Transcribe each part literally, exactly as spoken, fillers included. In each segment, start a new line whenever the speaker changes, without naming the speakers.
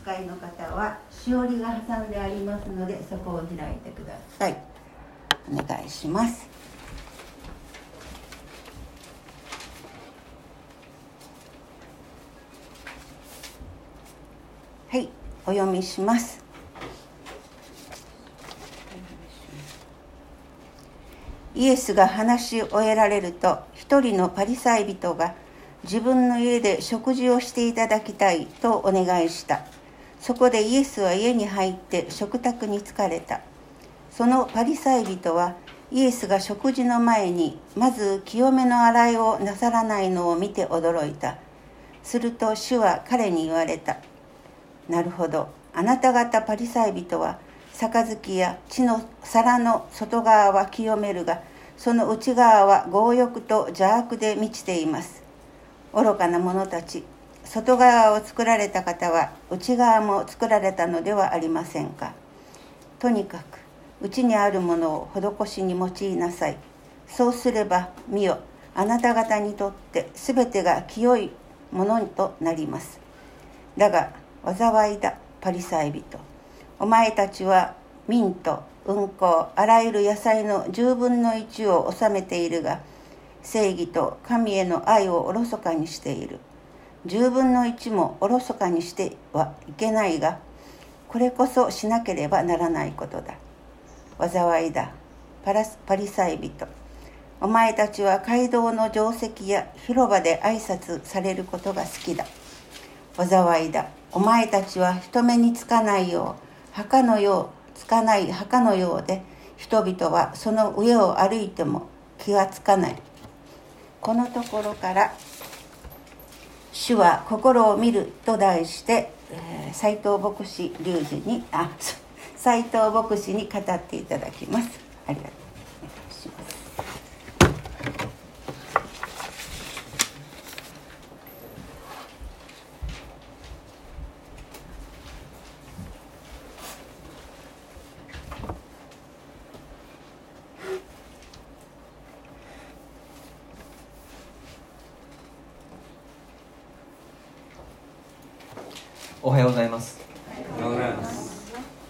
使いの方はしおりが挟んでありますので、そこを開いてください。お願いします。はい、お読みします。イエスが話し終えられると、一人のパリサイ人が自分の家で食事をしていただきたいとお願いした。そこでイエスは家に入って食卓に疲れた。そのパリサイ人はイエスが食事の前にまず清めの洗いをなさらないのを見て驚いた。すると主は彼に言われた。なるほど。あなた方パリサイ人は杯や血の皿の外側は清めるが、その内側は強欲と邪悪で満ちています。愚かな者たち、外側を作られた方は内側も作られたのではありませんか。とにかく内にあるものを施しに用いなさい。そうすれば見よ、あなた方にとってすべてが清いものとなります。だが災いだ、パリサイ人。お前たちはミント、雲香、あらゆる野菜の十分の一を治めているが、正義と神への愛をおろそかにしている。十分の一もおろそかにしてはいけないが、これこそしなければならないことだ。災いだ、パラスパリサイ人。お前たちは街道の定石や広場で挨拶されることが好きだ。災いだ、お前たちは人目につかないよう、墓のよう、つかない墓のようで、人々はその上を歩いても気がつかない。このところから主は心を見ると題して、えー、斉藤牧師龍二にあ斉藤牧師に語っていただきます。ありがとうお願いします。
おはようございます。
おはようございます。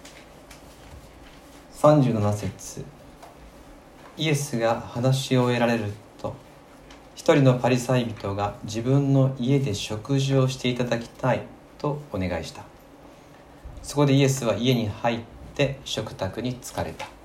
さんじゅうなな節、イエスが話し終えられると、一人のパリサイ人が自分の家で食事をしていただきたいとお願いした。そこでイエスは家に入って食卓に疲れた。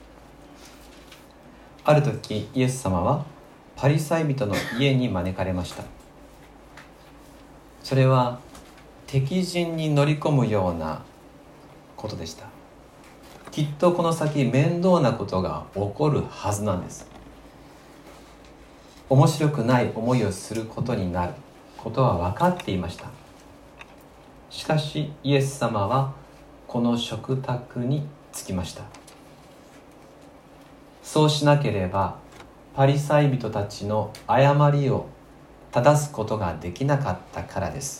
ある時、イエス様はパリサイ人の家に招かれました。それは敵陣に乗り込むようなことでした。きっとこの先面倒なことが起こるはずなんです。面白くない思いをすることになることは分かっていました。しかしイエス様はこの食卓に着きました。そうしなければパリサイ人たちの誤りを正すことができなかったからです。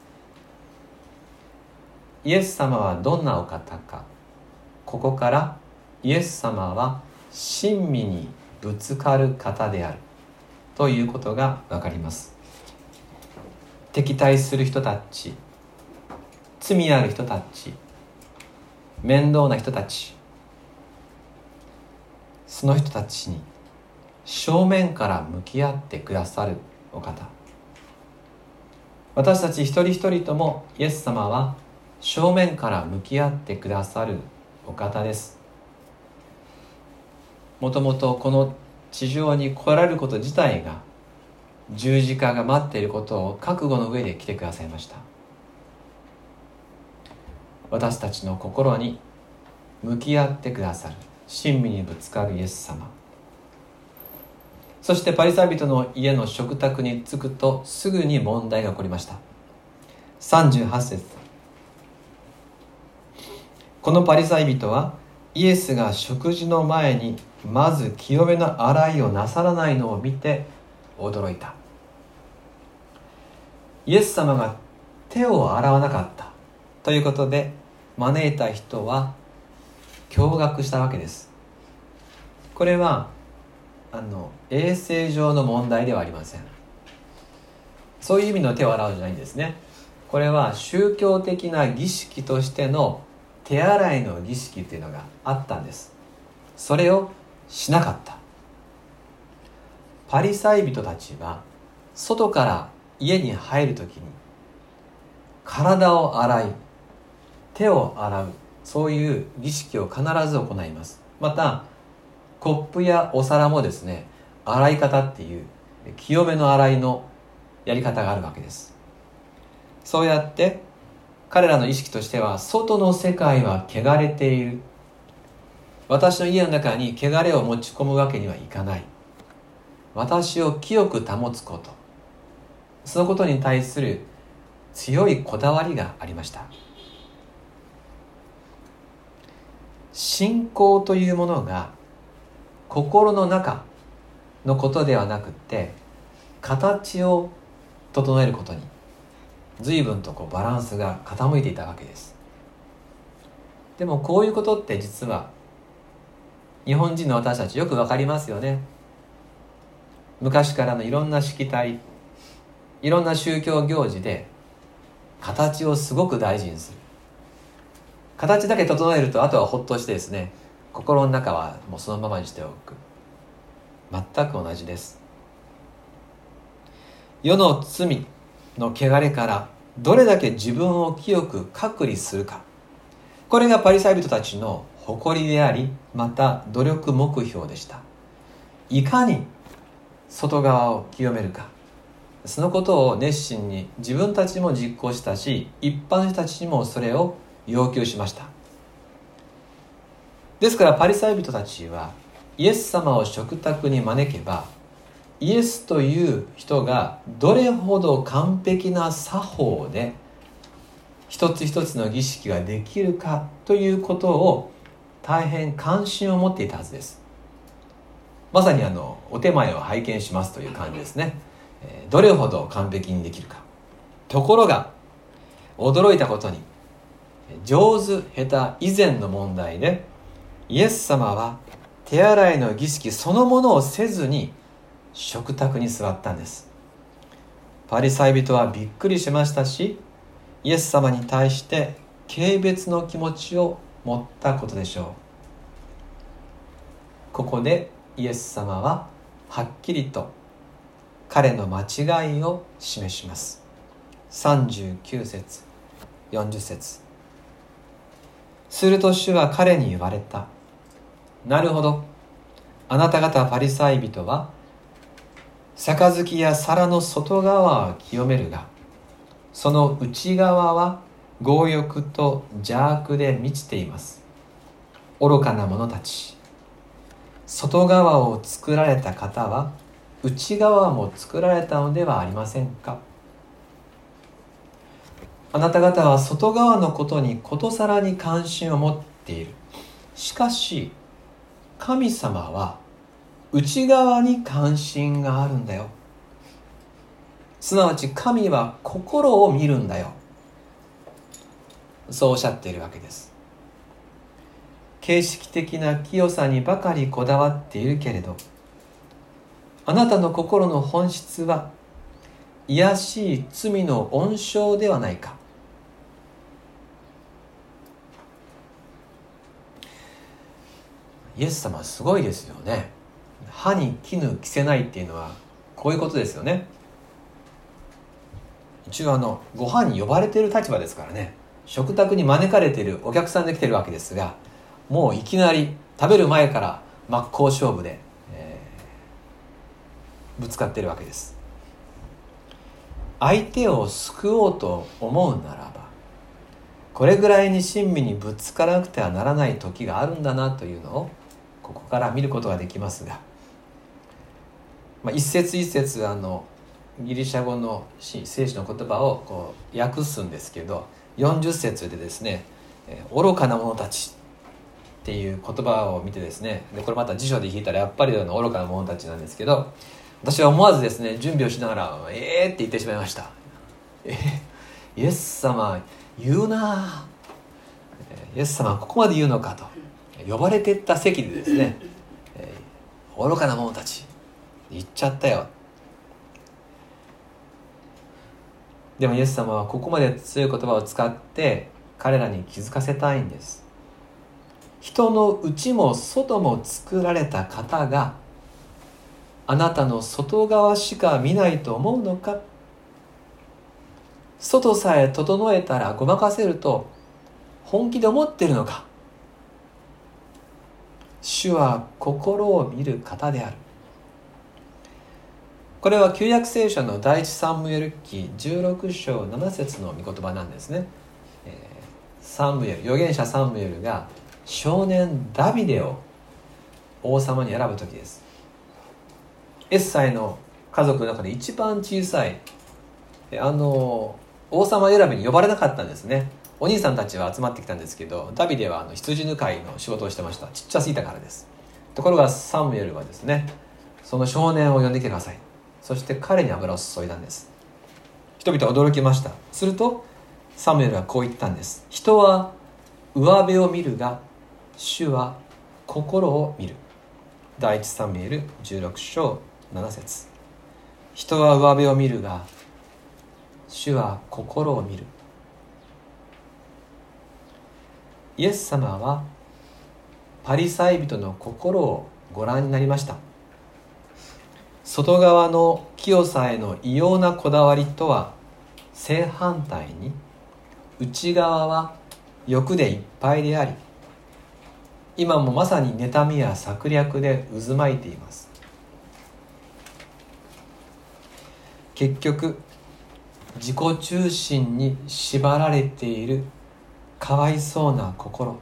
イエス様はどんなお方か、ここからイエス様は親身にぶつかる方であるということがわかります。敵対する人たち、罪ある人たち、面倒な人たち、その人たちに正面から向き合ってくださるお方。私たち一人一人ともイエス様は正面から向き合ってくださるお方です。もともとこの地上に来られること自体が十字架が待っていることを覚悟の上で来てくださいました。私たちの心に向き合ってくださる、親身にぶつかるイエス様。そしてパリサイ人の家の食卓に着くとすぐに問題が起こりました。さんじゅうはち節、このパリサイ人はイエスが食事の前にまず清めの洗いをなさらないのを見て驚いた。イエス様が手を洗わなかったということで招いた人は驚愕したわけです。これはあの衛生上の問題ではありません。そういう意味の手を洗うじゃないんですね。 これは宗教的な儀式としての手洗いの儀式っていうのがあったんです。それをしなかった。パリサイ人たちは外から家に入るときに体を洗い、手を洗う、そういう儀式を必ず行います。またコップやお皿もですね、洗い方っていう清めの洗いのやり方があるわけです。そうやって彼らの意識としては、外の世界は汚れている、私の家の中に汚れを持ち込むわけにはいかない、私を清く保つこと、そのことに対する強いこだわりがありました。信仰というものが心の中のことではなくて、形を整えることに随分とこうバランスが傾いていたわけです。でもこういうことって実は日本人の私たちよくわかりますよね。昔からのいろんな式典、いろんな宗教行事で形をすごく大事にする。形だけ整えるとあとはほっとしてですね、心の中はもうそのままにしておく。全く同じです。世の罪の汚れからどれだけ自分を清く隔離するか、これがパリサイ人たちの誇りであり、また努力目標でした。いかに外側を清めるか、そのことを熱心に自分たちも実行したし、一般の人たちにもそれを要求しました。ですからパリサイ人たちはイエス様を食卓に招けば、イエスという人がどれほど完璧な作法で一つ一つの儀式ができるかということを大変関心を持っていたはずです。まさにあのお手前を拝見しますという感じですね。どれほど完璧にできるか。ところが驚いたことに、上手下手以前の問題で、イエス様は手洗いの儀式そのものをせずに食卓に座ったんです。パリサイ人はびっくりしましたし、イエス様に対して軽蔑の気持ちを持ったことでしょう。ここでイエス様ははっきりと彼の間違いを示します。さんじゅうきゅう節よんじゅう節。すると主は彼に言われた。なるほど、あなた方パリサイ人は杯や皿の外側は清めるが、その内側は強欲と邪悪で満ちています。愚かな者たち、外側を作られた方は内側も作られたのではありませんか。あなた方は外側のことにことさらに関心を持っている。しかし神様は内側に関心があるんだよ。すなわち神は心を見るんだよ。そうおっしゃっているわけです。形式的な清さにばかりこだわっているけれど、あなたの心の本質は卑しい罪の温床ではないか。イエス様はすごいですよね。歯に衣着せないっていうのはこういうことですよね。一応あのご飯に呼ばれている立場ですからね、食卓に招かれているお客さんで来ているわけですが、もういきなり食べる前から真っ向勝負で、えー、ぶつかっているわけです。相手を救おうと思うならば、これぐらいに親身にぶつからなくてはならない時があるんだなというのをここから見ることができますが、まあ、一節一節あのギリシャ語の聖書の言葉をこう訳すんですけど、よんじゅっ節でですね、愚かな者たちっていう言葉を見てですね、でこれまた辞書で引いたらやっぱり愚かな者たちなんですけど、私は思わずですね準備をしながら「えー」って言ってしまいました。えー、イエス様言うな、イエス様はここまで言うのかと。呼ばれてった席でですね、えー、愚かな者たち言っちゃったよ。 でもイエス様はここまで強い言葉を使って彼らに気づかせたいんです。人の内も外も作られた方があなたの外側しか見ないと思うのか。外さえ整えたらごまかせると本気で思っているのか。主は心を見る方である。これは旧約聖書の第一サムエル記じゅうろく章なな節の御言葉なんですね。えー、サムエル預言者サムエルが少年ダビデを王様に選ぶ時です。エッサイの家族の中で一番小さいあの王様選びに呼ばれなかったんですね。お兄さんたちは集まってきたんですけど、ダビデはあの羊飼いの仕事をしてました。ちっちゃすぎたからです。ところがサムエルはですね、その少年を呼んできてください。そして彼に油を注いだんです。人々は驚きました。するとサムエルはこう言ったんです。人は上辺を見るが主は心を見る。第一サムエルじゅうろく章なな節。人は上辺を見るが主は心を見る。イエス様はパリサイ人の心をご覧になりました。外側の清さへの異様なこだわりとは正反対に、内側は欲でいっぱいであり、今もまさに妬みや策略で渦巻いています。結局自己中心に縛られているかわいそうな心、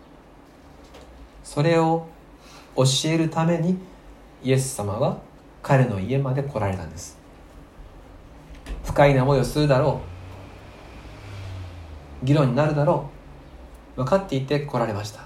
それを教えるためにイエス様は彼の家まで来られたんです。不快な思いをするだろう、議論になるだろう、分かっていて来られました。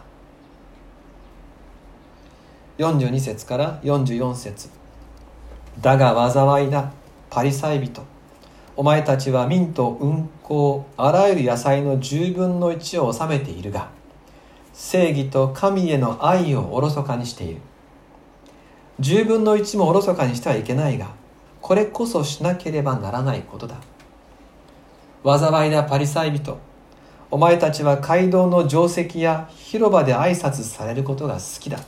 よんじゅうに節からよんじゅうよん節。だが災いだパリサイ人、お前たちは民と運行あらゆる野菜のじゅうぶんのいちを治めているが、正義と神への愛をおろそかにしている。じゅうぶんのいちもおろそかにしてはいけないが、これこそしなければならないことだ。災いだパリサイ人、お前たちは街道の定石や広場で挨拶されることが好きだ。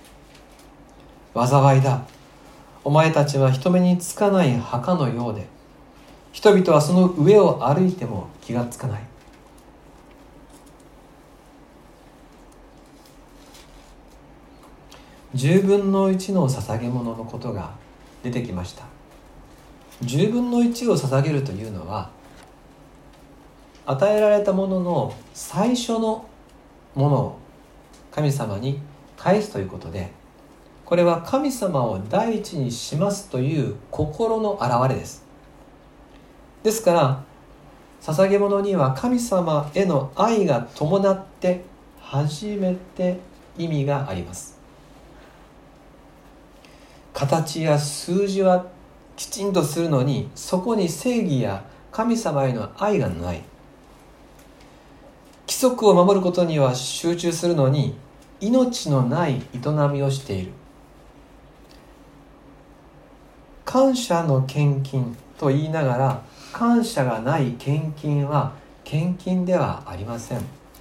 災いだ、お前たちは人目につかない墓のようで、人々はその上を歩いても気がつかない。じゅうぶんのいちの捧げ物のことが出てきました。じゅうぶんのいちを捧げるというのは、与えられたものの最初のものを神様に返すということで、これは神様を第一にしますという心の表れです。ですから捧げ物には神様への愛が伴って初めて意味があります。形や数字はきちんとするのに、そこに正義や神様への愛がない。規則を守ることには集中するのに、命のない営みをしている。感謝の献金と言いながら、感謝がない献金は献金ではありません。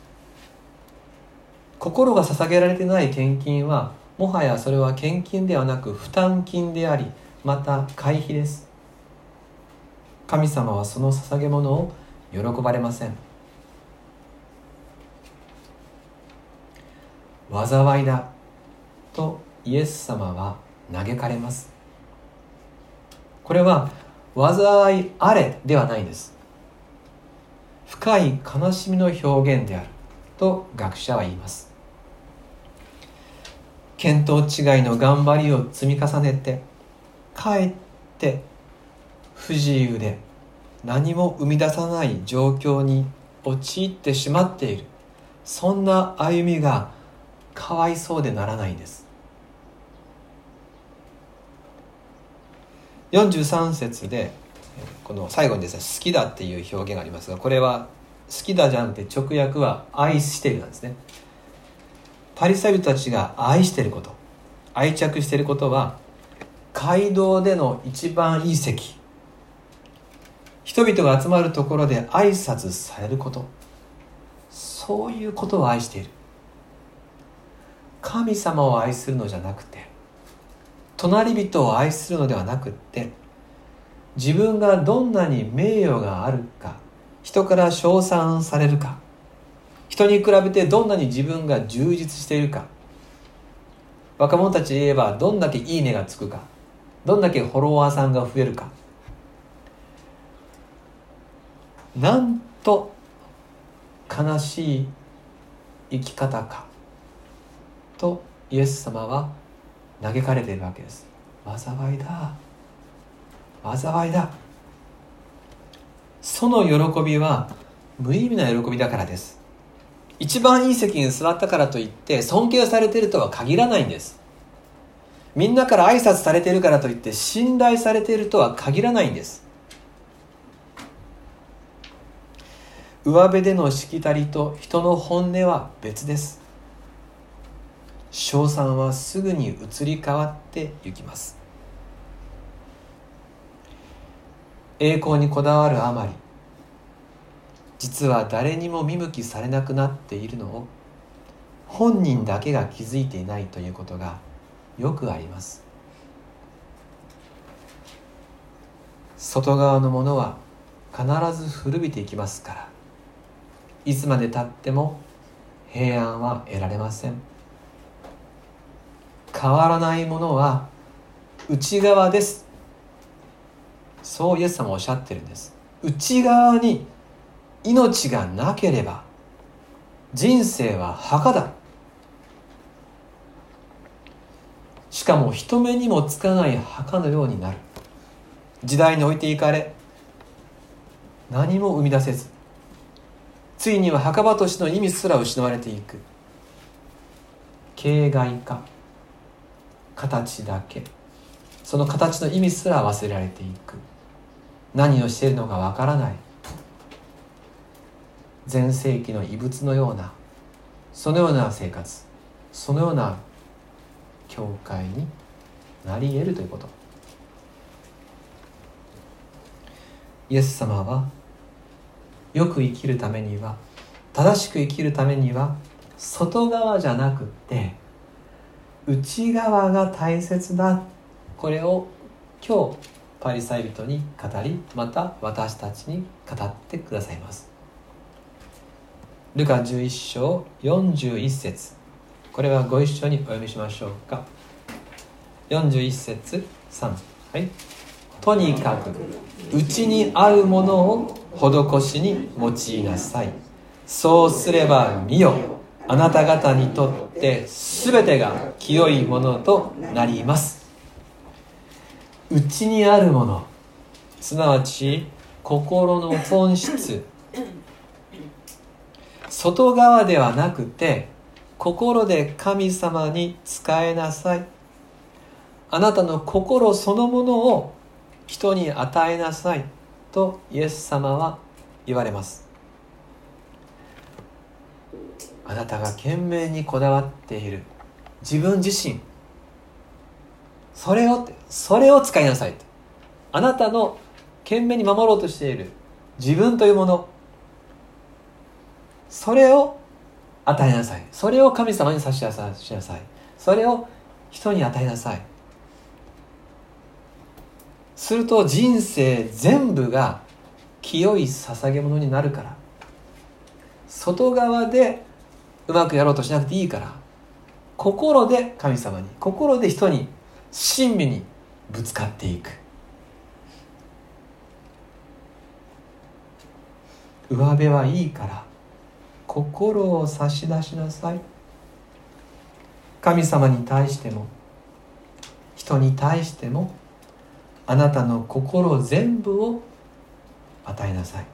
心が捧げられてない献金は、もはやそれは献金ではなく負担金であり、また会費です。神様はその捧げ物を喜ばれません。災いだとイエス様は嘆かれます。これは災いあれではないんです。深い悲しみの表現であると学者は言います。見当違いの頑張りを積み重ねて、かえって不自由で何も生み出さない状況に陥ってしまっている、そんな歩みがかわいそうでならないんです。よんじゅうさん節でこの最後にですね、好きだっていう表現がありますが、これは好きだじゃなくて直訳は愛しているなんですね。パリサイ人たちが愛していること、愛着していることは、街道での一番いい席、 人々が集まるところで挨拶されること、そういうことを愛している。神様を愛するのじゃなくて、隣人を愛するのではなくって、自分がどんなに名誉があるか、人から称賛されるか、人に比べてどんなに自分が充実しているか、若者たちで言えばどんだけいいねがつくか、どんだけフォロワーさんが増えるか、なんと悲しい生き方かとイエス様は嘆かれているわけです。災いだ、災いだ。その喜びは無意味な喜びだからです。一番いい席に座ったからといって尊敬されているとは限らないんです。みんなから挨拶されているからといって信頼されているとは限らないんです。上辺でのしきたりと人の本音は別です。称賛はすぐに移り変わっていきます。栄光にこだわるあまり、実は誰にも見向きされなくなっているのを本人だけが気づいていないということがよくあります。外側のものは必ず古びていきますから、いつまで経っても平安は得られません。変わらないものは内側です。そうイエス様おっしゃってるんです。内側に命がなければ人生は墓だ。しかも人目にもつかない墓のようになる。時代に置いていかれ、何も生み出せず、ついには墓場としての意味すら失われていく。形骸化、形だけ、その形の意味すら忘れられていく。何をしているのかわからない、前世紀の遺物のような、そのような生活、そのような教会になり得るということ。イエス様はよく生きるためには、正しく生きるためには、外側じゃなくって内側が大切だ。これを今日パリサイ人に語り、また私たちに語ってくださいます。ルカじゅういっ章よんじゅういち節、これはご一緒にお読みしましょうか。よんじゅういち節さん、はい。とにかく内にあるものを施しに用いなさい。そうすれば見よ、あなた方にとってすべてが清いものとなります。内にあるもの、すなわち心の本質、外側ではなくて心で神様に仕えなさい。あなたの心そのものを人に与えなさいとイエス様は言われます。あなたが懸命にこだわっている自分自身、それをってそれを使いなさいって。あなたの懸命に守ろうとしている自分というもの、それを与えなさい。それを神様に差し出しなさい。それを人に与えなさい。すると人生全部が清い捧げ物になるから。外側でうまくやろうとしなくていいから、心で神様に、心で人に親身にぶつかっていく。上辺はいいから心を差し出しなさい。神様に対しても人に対してもあなたの心全部を与えなさい。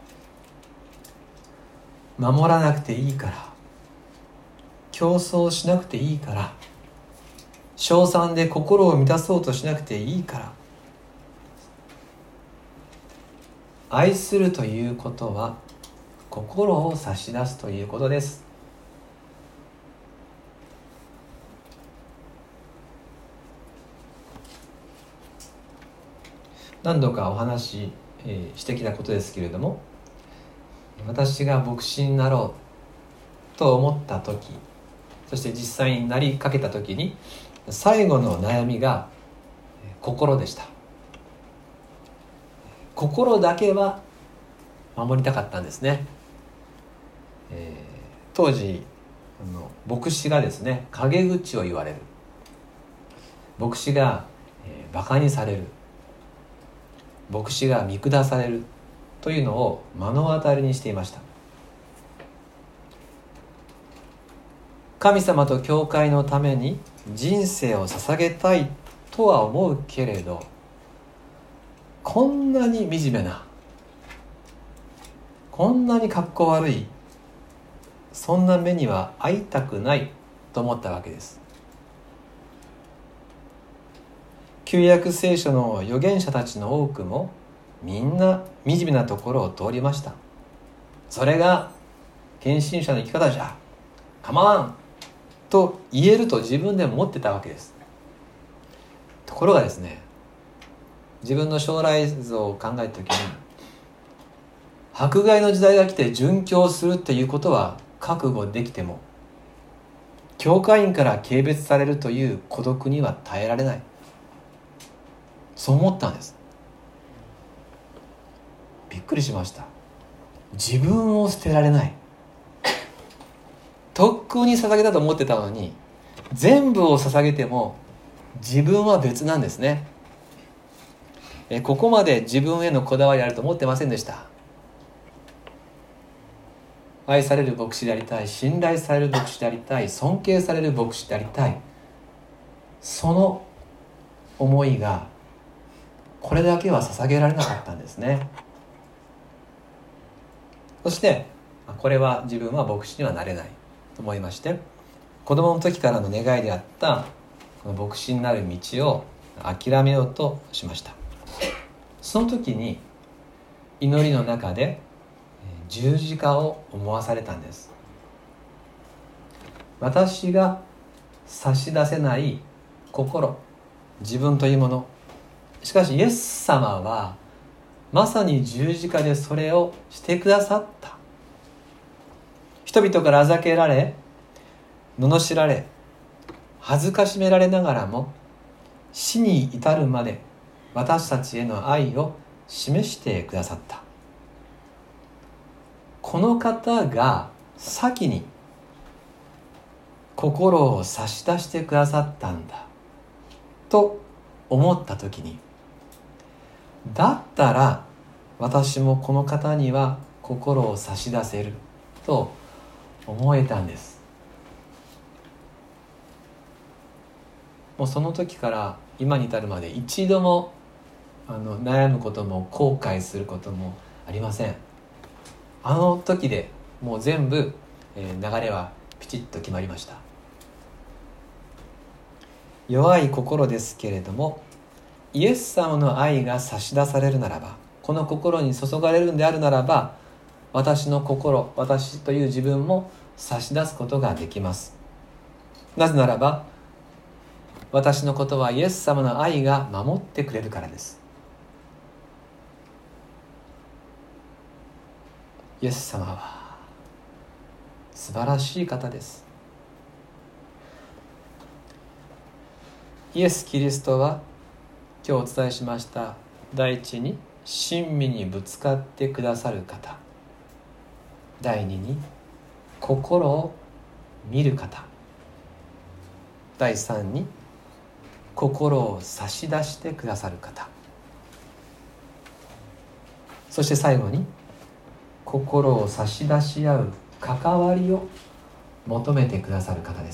守らなくていいから、競争しなくていいから、称賛で心を満たそうとしなくていいから。愛するということは心を差し出すということです。何度かお話しえー、してきたことですけれども、私が牧師になろうと思った時、そして実際になりかけた時に最後の悩みが心でした。心だけは守りたかったんですね。えー、当時あの牧師がですね、陰口を言われる、牧師が、えー、バカにされる、牧師が見下されるというのを目の当たりにしていました。神様と教会のために人生を捧げたいとは思うけれど、こんなに惨めな、こんなに格好悪い、そんな目には会いたくないと思ったわけです。旧約聖書の預言者たちの多くもみんな惨めなところを通りました。それが献身者の生き方じゃ、構わんと言えると自分でも思ってたわけです。ところがですね、自分の将来像を考えたときに、迫害の時代が来て殉教するっていうことは覚悟できても、教会員から軽蔑されるという孤独には耐えられない、そう思ったんです。びっくりしました。自分を捨てられない、とっくに捧げたと思ってたのに、全部を捧げても自分は別なんですね。えここまで自分へのこだわりあると思ってませんでした。愛される牧師でありたい、信頼される牧師でありたい、尊敬される牧師でありたい、その思いがこれだけは捧げられなかったんですね。そしてこれは自分は牧師にはなれないと思いまして、子供の時からの願いであったこの牧師になる道を諦めようとしました。その時に祈りの中で十字架を思わされたんです。私が差し出せない心、自分というもの、しかしイエス様はまさに十字架でそれをしてくださった。人々からあざけられ、罵られ、恥ずかしめられながらも死に至るまで私たちへの愛を示してくださった。この方が先に心を差し出してくださったんだと思ったときに、だったら私もこの方には心を差し出せると思えたんです。もうその時から今に至るまで一度もあの悩むことも後悔することもありません。あの時でもう全部、えー、流れはピチッと決まりました。弱い心ですけれども、イエス様の愛が差し出されるならば、この心に注がれるんであるならば、私の心、私という自分も差し出すことができます。なぜならば、私のことはイエス様の愛が守ってくれるからです。イエス様は素晴らしい方です。イエス・キリストは今日お伝えしました第一に親身にぶつかってくださる方、第二に心を見る方、第三に心を差し出してくださる方、そして最後に心を差し出し合う関わりを求めてくださる方です。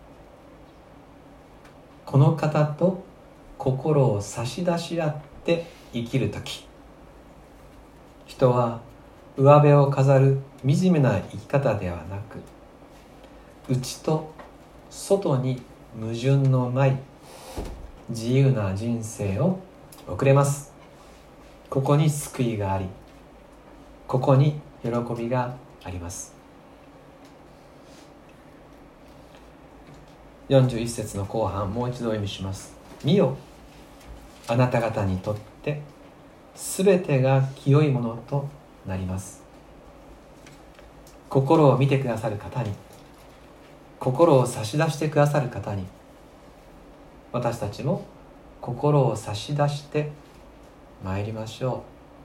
この方と心を差し出し合って生きるとき、人は上辺を飾る惨めな生き方ではなく、内と外に矛盾のない自由な人生を送れます。ここに救いがあり、ここに喜びがあります。よんじゅういち節の後半、もう一度お読みします。見よ、あなた方にとってすべてが清いものとなります。心を見てくださる方に、心を差し出してくださる方に、私たちも心を差し出してまいりましょ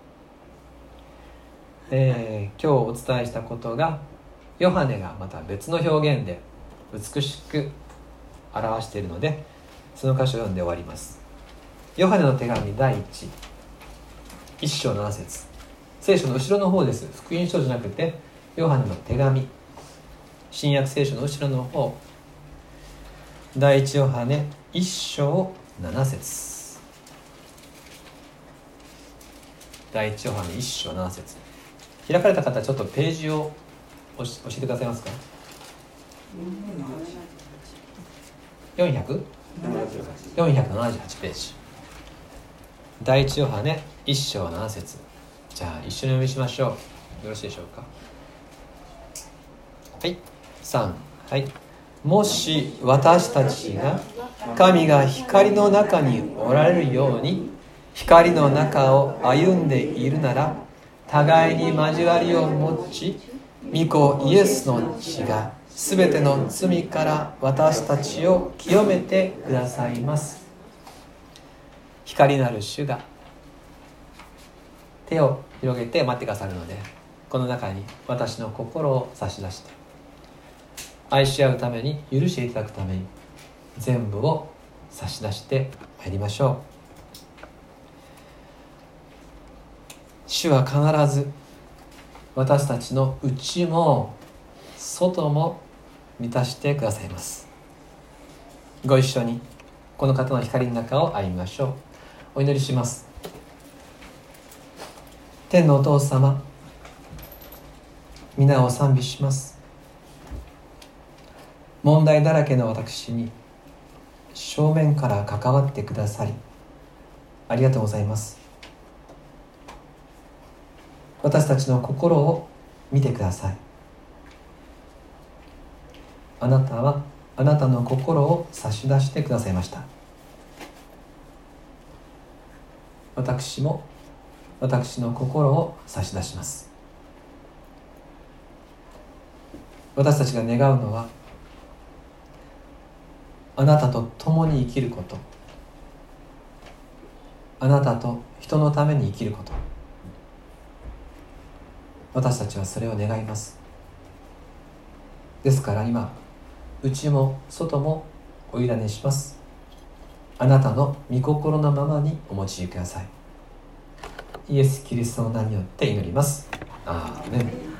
う。えー、今日お伝えしたことがヨハネがまた別の表現で美しく表しているので、その箇所を読んで終わります。ヨハネの手紙第一一章七節、聖書の後ろの方です。福音書じゃなくてヨハネの手紙、新約聖書の後ろの方、第一ヨハネ一章七節、第一ヨハネ一章七節、開かれた方、ちょっとページを教えてくださいますか。よんひゃくななじゅうはちページ、第一ヨハネ一章七節。じゃあ一緒にお読みしましょう。よろしいでしょうか。はい、さん、はい。もし私たちが神が光の中におられるように光の中を歩んでいるなら、互いに交わりを持ち、御子イエスの血がすべての罪から私たちを清めてくださいます。光なる主が手を広げて待ってくださるので、この中に私の心を差し出して、愛し合うために、許していただくために、全部を差し出してまいりましょう。主は必ず私たちの内も外も満たしてくださいます。ご一緒にこの方の光の中を歩みましょう。お祈りします。天のお父様、皆を賛美します。問題だらけの私に正面から関わってくださりありがとうございます。私たちの心を見てください。あなたはあなたの心を差し出してくださいました。私も私の心を差し出します。私たちが願うのは、あなたと共に生きること、あなたと人のために生きること、私たちはそれを願います。ですから今、内も外もお委ねします。あなたの御心のままにお持ちください。イエス・キリストの名によって祈ります。アーメン。